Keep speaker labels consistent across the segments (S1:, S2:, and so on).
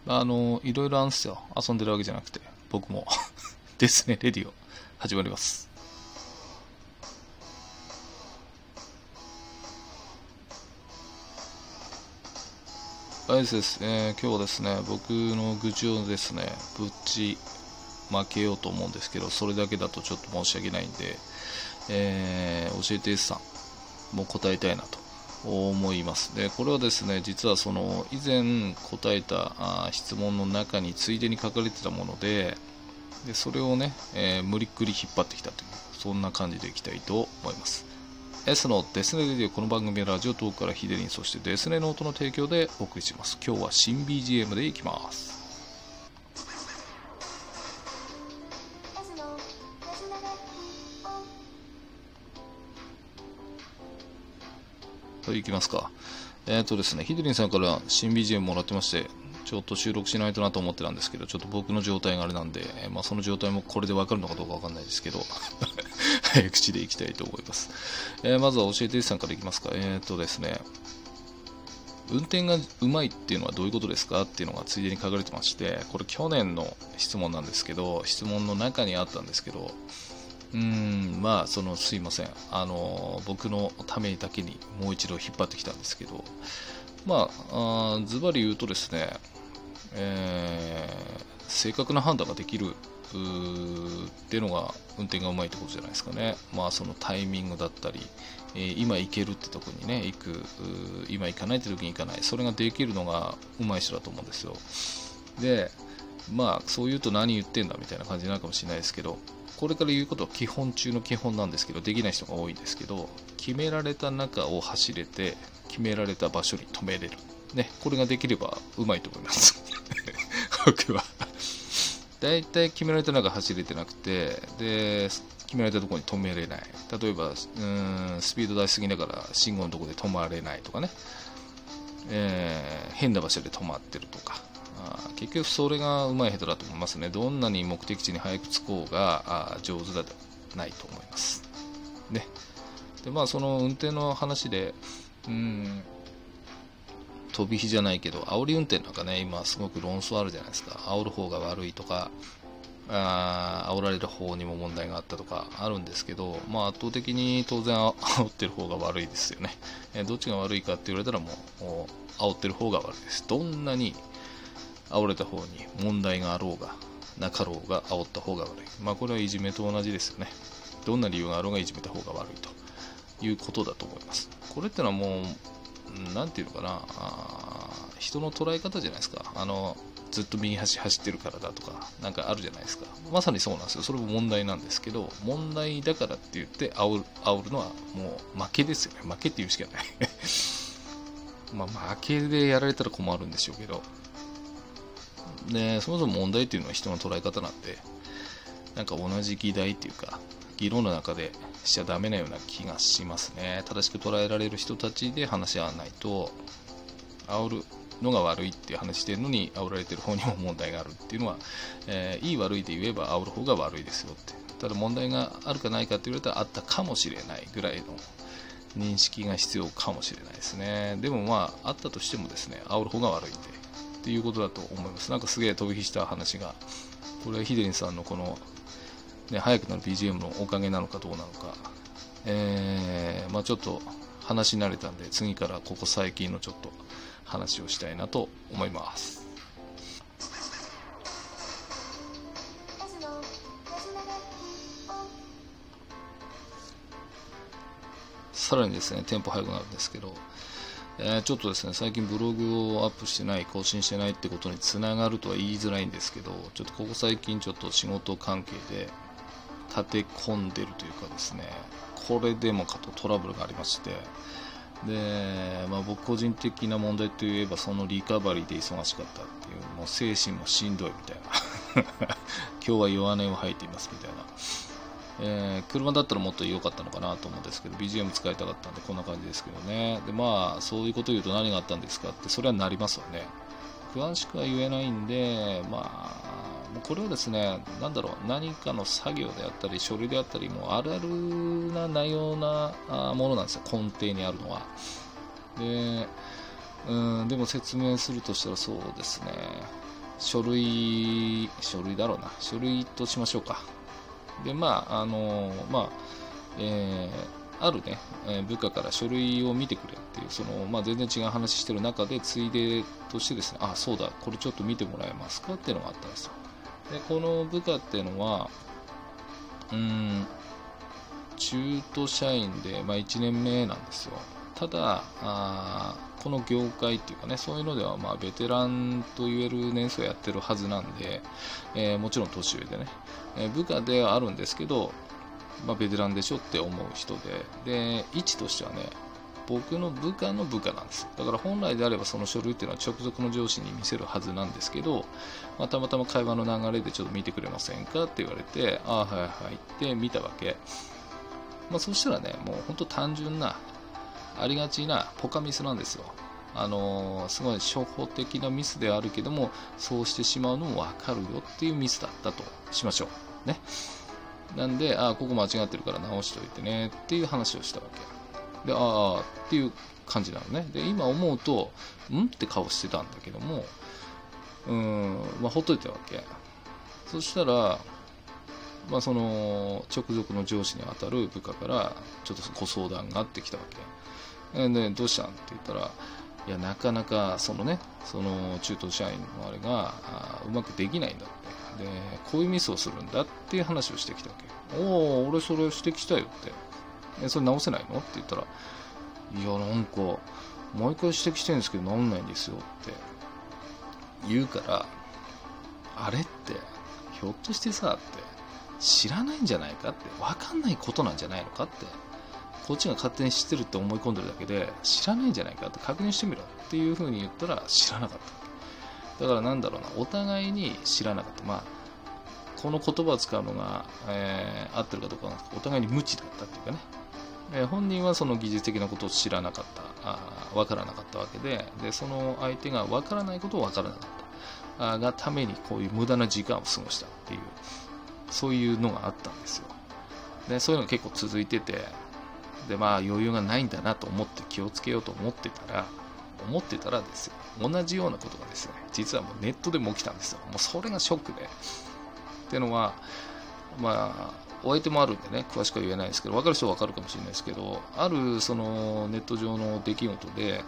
S1: いろいろあるんですよ。遊んでるわけじゃなくて、僕もですね、レディオ始まります。はいです、今日はですね、僕の愚痴をですね、ぶっちまけようと思うんですけど、それだけだとちょっと申し訳ないんで、教えて S さんも答えたいなと思います。で、これはですね、実はその以前答えた質問の中についでに書かれてたもので、それをね、無理っくり引っ張ってきたという、そんな感じでいきたいと思います。S のデスネレディオ、この番組はラジオトークからヒデリン、そしてデスネの音の提供でお送りします。今日は新 BGM でいきます。はい、いきますか。ですね、ヒデリンさんから新 BGM もらってまして、ちょっと収録しないとなと思ってたんですけど、ちょっと僕の状態があれなんで、その状態もこれでわかるのかどうかわかんないですけど、早口でいきたいと思います。まずは教えて S さんからいきますか。ですね、運転がうまいっていうのはどういうことですかっていうのがついでに書かれてまして、これ去年の質問なんですけど、質問の中にあったんですけど、すいません、僕のためだけにもう一度引っ張ってきたんですけど、ズバリ言うとですね、正確な判断ができるっていうのが運転がうまいってことじゃないですかね。そのタイミングだったり、今行けるってとこにね行く、今行かないって時に行かない、それができるのがうまい人だと思うんですよ。で、そう言うと何言ってんだみたいな感じになるかもしれないですけど、これから言うことは基本中の基本なんですけど、できない人が多いんですけど、決められた中を走れて、決められた場所に止めれる、ね、これができればうまいと思います僕はだいたい決められた中走れてなくて、で決められたところに止めれない、例えばスピード出しすぎながら信号のところで止まれないとかね、変な場所で止まってるとか、結局それがうまい下手だと思いますね。どんなに目的地に早く着こうが上手でないと思いますね。で、その運転の話で、飛び火じゃないけど煽り運転なんかね、今すごく論争あるじゃないですか。煽る方が悪いとか、煽られる方にも問題があったとかあるんですけど、圧倒的に当然煽ってる方が悪いですよね。どっちが悪いかって言われたらもう煽ってる方が悪いです。どんなに煽れた方に問題があろうがなかろうが煽った方が悪い。これはいじめと同じですよね。どんな理由があろうがいじめた方が悪いということだと思います。これってのはもうなんていうのかな、人の捉え方じゃないですか。ずっと右端走ってるからだとかなんかあるじゃないですか。まさにそうなんですよ。それも問題なんですけど、問題だからって言って煽るのはもう負けですよね。負けって言うしかない負けでやられたら困るんでしょうけど、でそもそも問題っていうのは人の捉え方なんで、なんか同じ議題っていうか議論の中でしちゃダメなような気がしますね。正しく捉えられる人たちで話し合わないと、煽るのが悪いっていう話してるのに煽られてる方にも問題があるっていうのは、いい悪いで言えば煽る方が悪いですよって。ただ問題があるかないかって言われたらあったかもしれないぐらいの認識が必要かもしれないですね。でもあったとしてもですね、煽る方が悪いんでっていうことだと思います。なんかすげえ飛び火した話が、これはヒデリンさんのこの、早くなる BGM のおかげなのかどうなのか、ちょっと話し慣れたんで、次からここ最近のちょっと話をしたいなと思います。さらにですね、テンポ速くなるんですけど、ちょっとですね、最近ブログをアップしてない、更新してないってことにつながるとは言いづらいんですけど、ちょっとここ最近ちょっと仕事関係で立て込んでるというかですね、これでもかとトラブルがありまして、で、僕個人的な問題といえば、そのリカバリーで忙しかったっていう、もう精神もしんどいみたいな今日は弱音を吐いていますみたいな、車だったらもっと良かったのかなと思うんですけど、 BGM 使いたかったんでこんな感じですけどね。でそういうことを言うと何があったんですかって、それはなりますよね。詳しくは言えないんで、これはですね、何かの作業であったり書類であったり、もうあるあるな内容なものなんですよ、根底にあるのは。でも説明するとしたらそうですね、 書類だろうな、書類としましょうか。であるね、部下から書類を見てくれっていう全然違う話してる中で、ついでとしてですね、そうだ、これちょっと見てもらえますかっていうのがあったんですよ。でこの部下っていうのは中途社員で、1年目なんですよ。ただこの業界っていうかね、そういうのではベテランと言える年数をやってるはずなんで、もちろん年上でね、部下ではあるんですけど、ベテランでしょって思う人で、位置としてはね、僕の部下の部下なんです。だから本来であればその書類っていうのは直属の上司に見せるはずなんですけど、たまたま会話の流れでちょっと見てくれませんかって言われて、はいはいって見たわけ。そしたらね、もう本当単純なありがちなポカミスなんですよ。すごい初歩的なミスであるけども、そうしてしまうのも分かるよっていうミスだったとしましょうね。なんでここ間違ってるから直しといてねっていう話をしたわけで、っていう感じなのね。で今思うとって顔してたんだけども、ほっといたわけ。そしたらその直属の上司にあたる部下からちょっとご相談があってきたわけで、どうしたんって言ったら、いやなかなかその中途社員のあれがうまくできないんだって、でこういうミスをするんだっていう話をしてきたわけ。俺それ指摘したよって、それ直せないのって言ったら、いやなんか毎回指摘してるんですけど直んないんですよって言うから、あれってひょっとしてさって知らないんじゃないかって、分かんないことなんじゃないのかって、こっちが勝手に知ってるって思い込んでるだけで知らないんじゃないかって確認してみろっていう風に言ったら知らなかった。だからなんだろうな、お互いに知らなかった。この言葉を使うのが、合ってるかどうかなんですけど、お互いに無知だったっていうかね、本人はその技術的なことを知らなかった、分からなかったわけで、その相手が分からないことを分からなかったがためにこういう無駄な時間を過ごしたっていう、そういうのがあったんですよ。でそういうのが結構続いてて、で余裕がないんだなと思って気をつけようと思ってたらですよ、同じようなことがですね、実はもうネットでも起きたんですよ。もうそれがショックで、っていうのはお相手もあるんでね、詳しくは言えないですけど、分かる人は分かるかもしれないですけど、あるそのネット上の出来事で、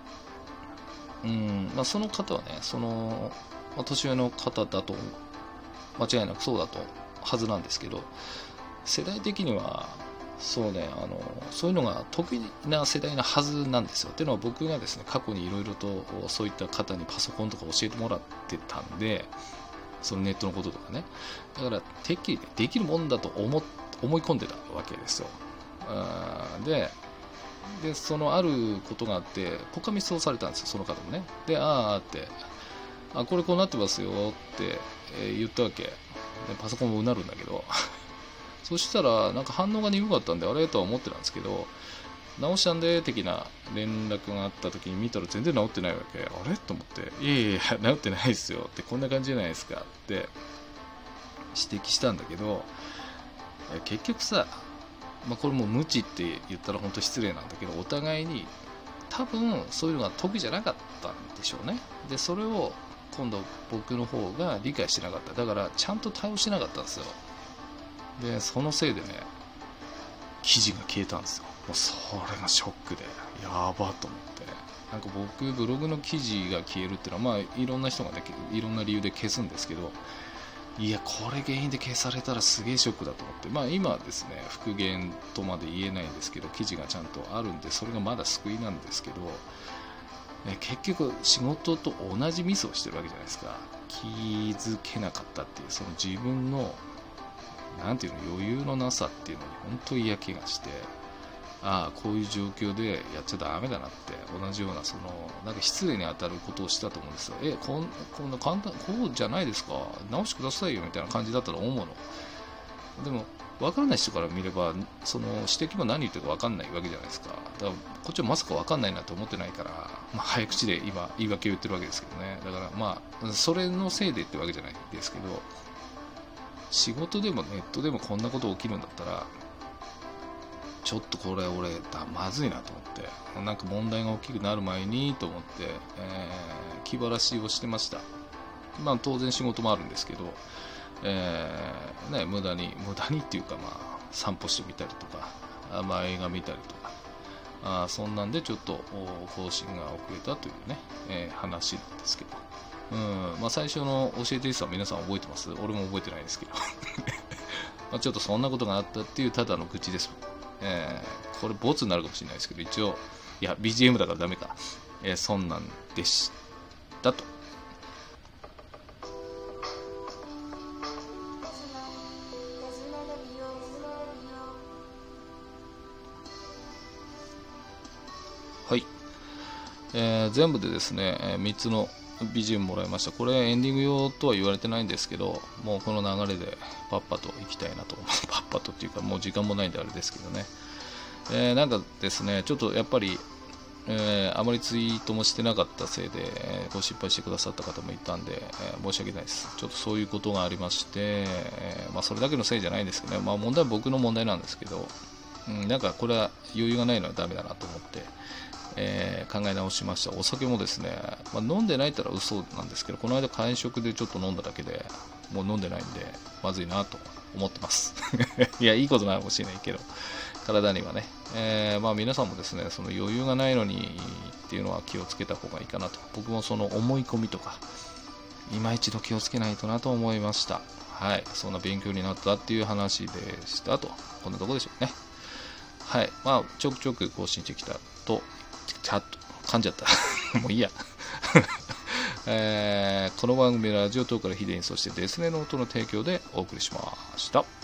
S1: その方はね、年上の方だと間違いなくそうだとはずなんですけど、世代的にはそういうのが得意な世代なはずなんですよ。っていうのは僕がですね、過去にいろいろとそういった方にパソコンとか教えてもらってたんで、そのネットのこととかね、だからてっきりできるもんだと思い込んでたわけですよ。でそのあることがあってポカミスをされたんですよ、その方もね。でってこれこうなってますよって言ったわけで、パソコンもうなるんだけどそしたらなんか反応が鈍かったんで、あれとは思ってたんですけど、直したんで的な連絡があった時に見たら全然治ってないわけ。あれと思って、いや治ってないですよって、こんな感じじゃないですかって指摘したんだけど、結局さ、これも無知って言ったら本当失礼なんだけど、お互いに多分そういうのが得意じゃなかったんでしょうね。でそれを今度僕の方が理解してなかった。だからちゃんと対応してなかったんですよ。でそのせいでね、記事が消えたんですよ。もうそれがショックでやばと思って、なんか僕ブログの記事が消えるっていうのはいろんな人がね、いろんな理由で消すんですけど、いやこれ原因で消されたらすげえショックだと思って、今はですね復元とまで言えないんですけど、記事がちゃんとあるんでそれがまだ救いなんですけど、結局仕事と同じミスをしてるわけじゃないですか。気づけなかったっていう、その自分のなんていうの、余裕のなさっていうのに本当に嫌気がして、こういう状況でやっちゃダメだなって、同じようななんか失礼に当たることをしたと思うんですよ。こんな簡単、こうじゃないですか、直してくださいよみたいな感じだったら思うの。でも分からない人から見ればその指摘も何言ってるか分かんないわけじゃないですか。だからこっちはまさか分かんないなと思ってないから、早口で今言い訳を言ってるわけですけどね。だからそれのせいでってわけじゃないですけど、仕事でもネットでもこんなこと起きるんだったら、ちょっとこれ俺まずいなと思って、なんか問題が大きくなる前にと思って、気晴らしをしてました。 まあ当然仕事もあるんですけど、無駄にっていうか、まあ散歩してみたりとか、まあ映画見たりとか、そんなんでちょっと更新が遅れたというね、話なんですけど、まあ最初の教えていいさは皆さん覚えてます？俺も覚えてないですけどまあちょっとそんなことがあったっていうただの愚痴です。これボツになるかもしれないですけど、一応いや BGM だからダメか、そんなんでしたと。はい、全部でですね、3つの BGM もらいました。これエンディング用とは言われてないんですけど、もうこの流れでパッパと行きたいなとパッパとっていうかもう時間もないんであれですけどね、なんかですねちょっとやっぱり、あまりツイートもしてなかったせいで、ご心配してくださった方もいたんで、申し訳ないです。ちょっとそういうことがありまして、まあそれだけのせいじゃないんですけどね、まあ問題は僕の問題なんですけど、なんかこれは余裕がないのはダメだなと思って、考え直しました。お酒もですね、まあ、飲んでないったら嘘なんですけど、この間会食でちょっと飲んだだけでもう飲んでないんでまずいなと思ってますいやいいことなのかもしれないけど、体にはね、まあ皆さんもですねその余裕がないのにっていうのは気をつけた方がいいかなと。僕もその思い込みとか今一度気をつけないとなと思いました。はい、そんな勉強になったっていう話でしたと。こんなところでしょうね。はい、まあちょくちょく更新してきたとチャッと噛んじゃったもういいやこの番組はラジオトークからヒデイン、そしてデスネの音の提供でお送りしました。